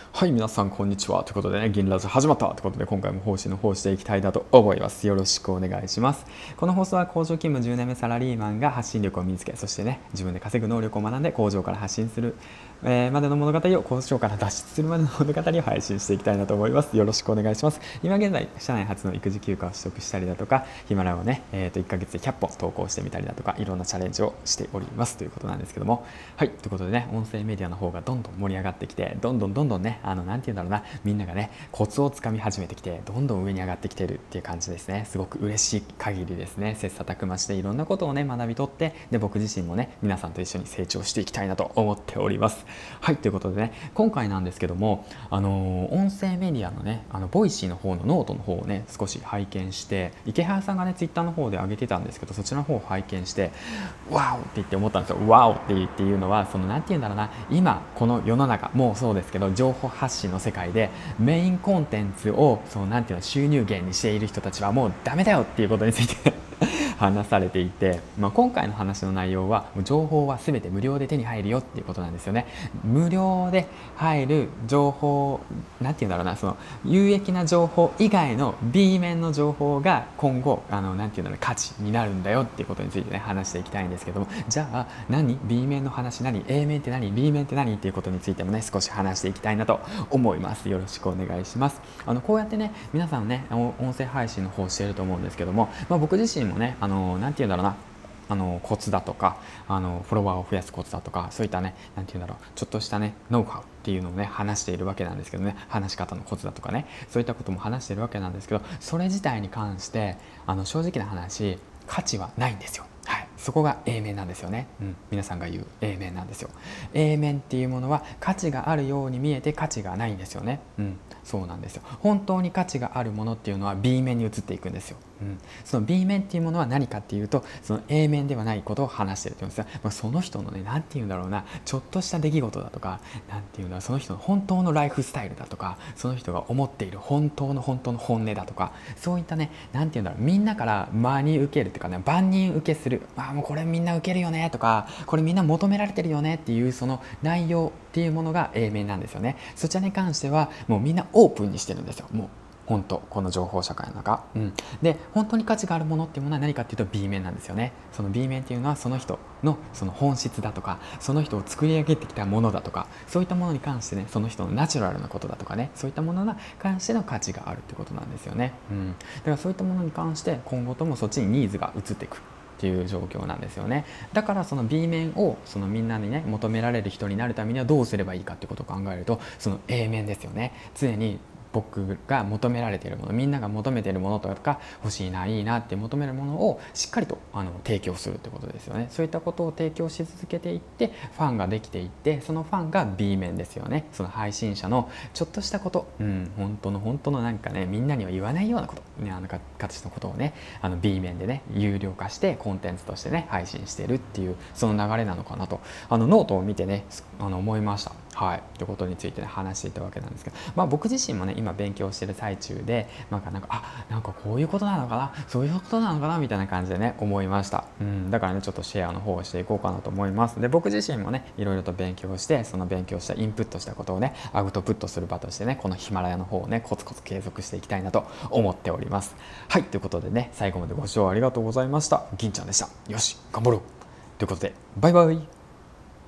はい、皆さんこんにちは。ということでね、銀ラジオ始まったということで、今回も方針の方していきたいなと思います。よろしくお願いします。この放送は工場勤務10年目サラリーマンが発信力を身につけ、そしてね、自分で稼ぐ能力を学んで工場から発信する、までの物語を工場から脱出するまでの物語を配信していきたいなと思います。よろしくお願いします。今現在、社内初の育児休暇を取得したりだとか、ヒマラヤをね、1ヶ月で100本投稿してみたりだとか、いろんなチャレンジをしておりますということなんですけども、はい、ということでね、音声メディアの方がどんどん盛り上がってきて、どんどんね、なんて言うんだろうな、みんながねコツをつかみ始めてきて、どんどん上に上がってきているっていう感じですね。すごく嬉しい限りですね。切磋琢磨していろんなことをね学び取って、で僕自身もね皆さんと一緒に成長していきたいなと思っております。はい、ということでね、今回なんですけども、音声メディアのねボイシーの方のノートの方をね少し拝見して、池原さんがねツイッターの方で上げてたんですけど、そちらの方を拝見して、ワオって言って思ったんですよ。ワオっていうのは、そのなんて言うんだろうな、今この世の中もうそうですけど、情報発信の世界でメインコンテンツをそのなんていうの収入源にしている人たちはもうダメだよっていうことについて話されていて、今回の話の内容は情報は全て無料で手に入るよっていうことなんですよね。無料で入る情報、なんていうんだろうな、その有益な情報以外の B 面の情報が今後なんていうんだろう、価値になるんだよっていうことについてね話していきたいんですけども、じゃあ何 B 面の話、何 A 面って何 B 面って何っていうことについてもね少し話していきたいなと思います。よろしくお願いします。こうやってね皆さんね音声配信の方していると思うんですけども、僕自身もねなんていうんだろうな、コツだとかフォロワーを増やすコツだとか、そういったねなんていうんだろう、ちょっとしたねノウハウっていうのをね話しているわけなんですけどね、話し方のコツだとかね、そういったことも話しているわけなんですけど、それ自体に関して正直な話価値はないんですよ。はい、そこが A 面なんですよね。皆さんが言う A 面なんですよ。A 面っていうものは価値があるように見えて価値がないんですよね。そうなんですよ。本当に価値があるものっていうのは B 面に移っていくんですよ。その B 面っていうものは何かっていうと、その A 面ではないことを話してるっていうんですが、その人のねなんていうんだろうな、ちょっとした出来事だとか、なんていうんだろう、その人の本当のライフスタイルだとか、その人が思っている本当の本音だとか、そういったねなんていうんだろう、みんなから真に受けるっていうかね、万人受けする、もうこれみんな受けるよねとか、これみんな求められてるよねっていうその内容っていうものが A 面なんですよね。そちらに関してはもうみんなオープンにしてるんですよ。もう本当この情報社会の中、で本当に価値があるものっていうものは何かっていうと B 面なんですよね。その B 面っていうのはその人のその本質だとか、その人を作り上げてきたものだとか、そういったものに関してね、その人のナチュラルなことだとかね、そういったものに関しての価値があるってことなんですよね。だからそういったものに関して今後ともそっちにニーズが移っていくっていう状況なんですよね。だからその B 面をそのみんなにね求められる人になるためにはどうすればいいかってことを考えると、その A 面ですよね。常に僕が求められているもの、みんなが求めているものとか、欲しいな、いいなって求めるものをしっかりと提供するってことですよね。そういったことを提供し続けていってファンができていって、そのファンが B 面ですよね。その配信者のちょっとしたこと、本当のなんかね、みんなには言わないようなこと、形のことをねB 面でね有料化してコンテンツとしてね配信しているっていう、その流れなのかなとノートを見てね思いました。はい、ということについてね話していたわけなんですけど、僕自身もね今勉強してる最中で、なんかこういうことなのかな、そういうことなのかなみたいな感じでね思いました。だからねちょっとシェアの方をしていこうかなと思います。で僕自身もねいろいろと勉強して、その勉強したインプットしたことをねアウトプットする場としてね、このヒマラヤの方をねコツコツ継続していきたいなと思っております。はい、ということでね最後までご視聴ありがとうございました。銀ちゃんでした。よし頑張ろうということで、バイバイ。